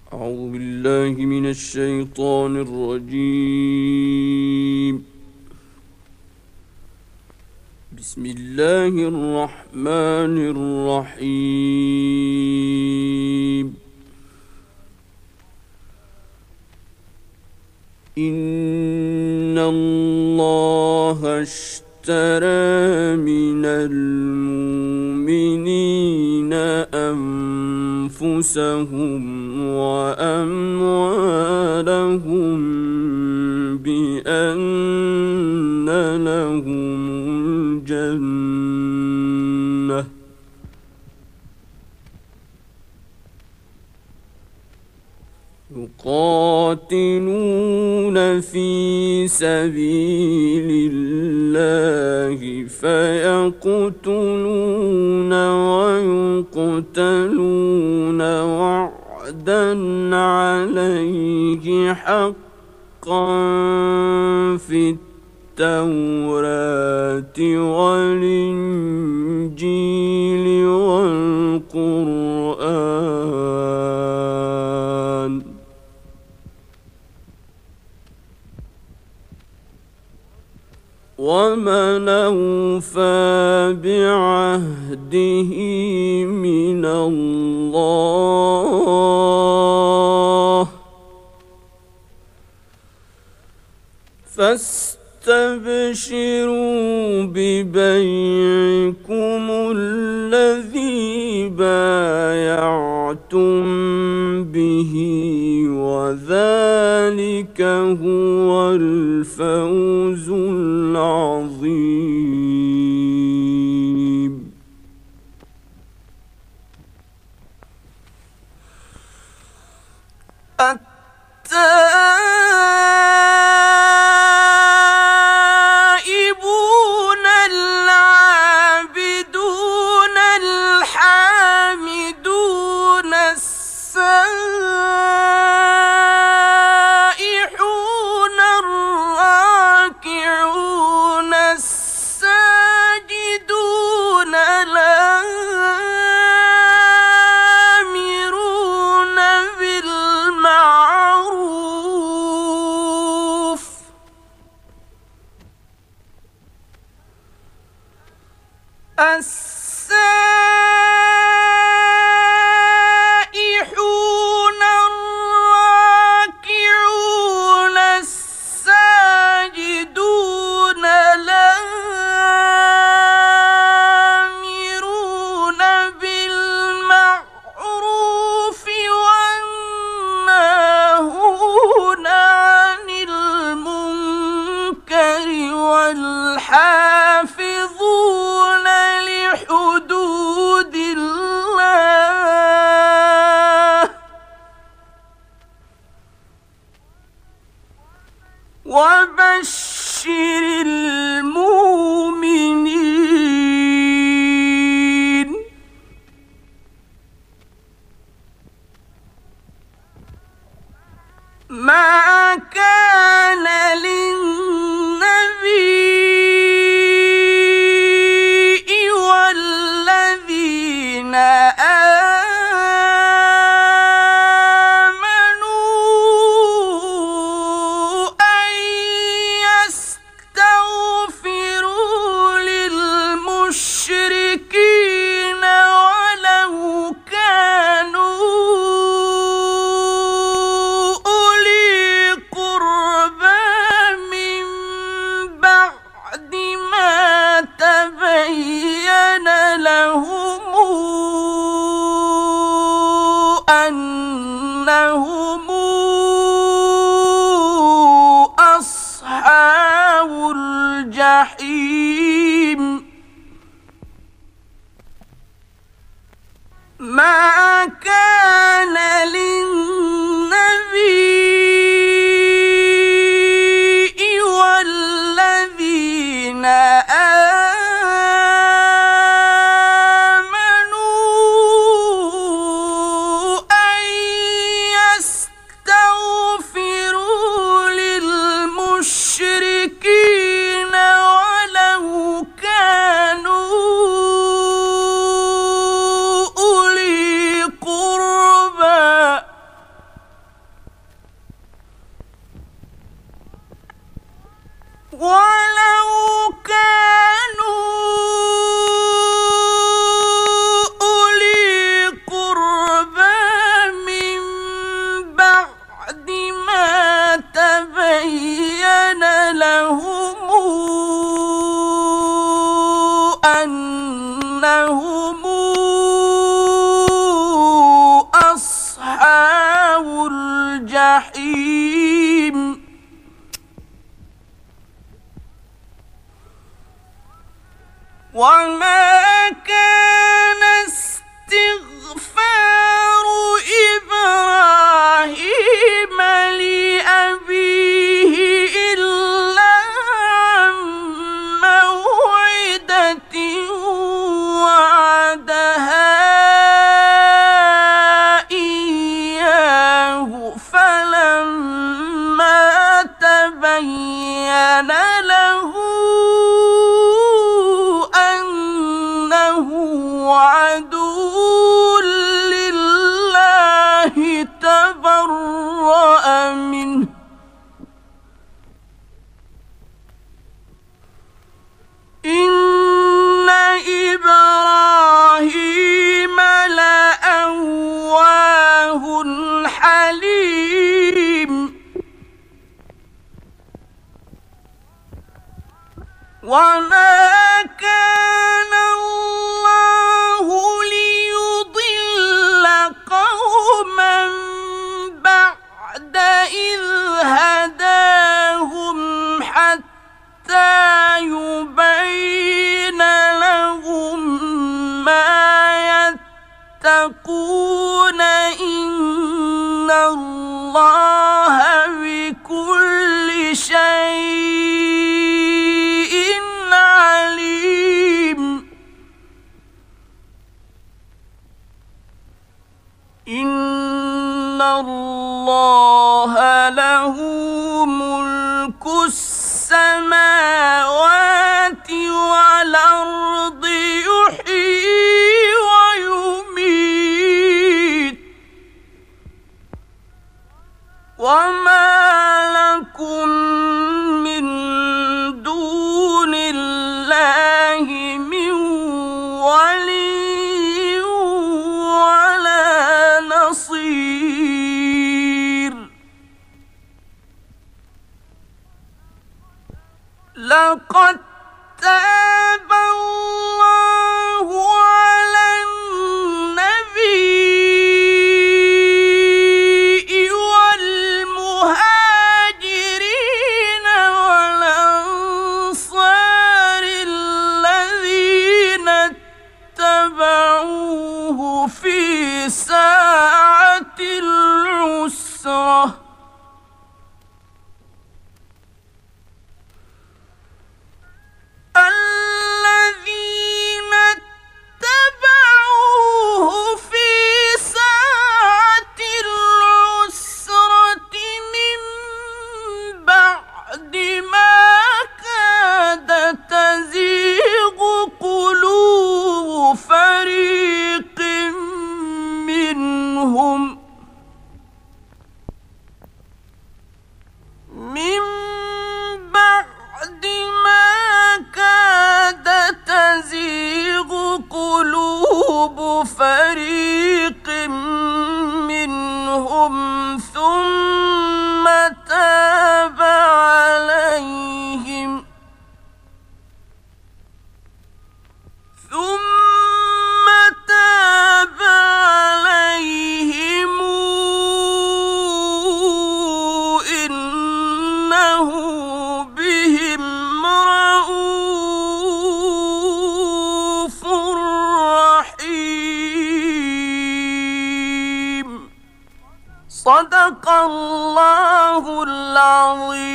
أعوذ بالله من الشيطان الرجيم. بسم الله الرحمن الرحيم. إن الله اشترى من المؤمنين أنفسهم وأموالهم بأن لهم الجنة يقاتلون في سبيل الله فيقتلون ويقتلون وعدا عليه حقا في التوراة والإنجيل والقرآن. ومن أوفى بعهده من الله فاستبشروا ببيعكم الذي بايعتم به وذلك هو الفوز العظيم. التائبون العابدون الحامدون السائحون الراكعون الساجدون الآمرون بالمعروف السائحون الراكعون الساجدون الآمرون بالمعروف والناهون عن المنكر والحافظون لحدود الله وبشر المؤمنين. ما كان للنبي والذين آمنوا أن يستغفروا للمشركين ولو كانوا أولي قربى من بعد ما تبين لهم أنهم أصحاب الجحيم. ما كان للنبي والذين آمنوا أن يستغفروا الجحيم وما كان استغفار إبراهيم لأبيه إلا عن موعدة وعدها إياه فلما تبين له عدو لله تبرأ منه إن إبراهيم لأواه حليم وما كان الله ليضل قوما بعد إذ هداهم حتى يبين لهم ما يتقون إن الله بكل شيء عليم إن الله له ملك السماوات والأرض يحيي ويميت وما لكم من دون الله من ولي ولا نصير لقد تاب الله على النبي والمهاجرين والأنصار الذين اتبعوه في ساعة العسرة الذين اتبعوه في ساعة العسرة من بعد ما كاد تزيغ قلوب فريق منهم من بعد ما كاد تزيغ قلوب فريق منهم ثم تاب عليهم إنه بهم رءوف رحيم صدق الله العظيم.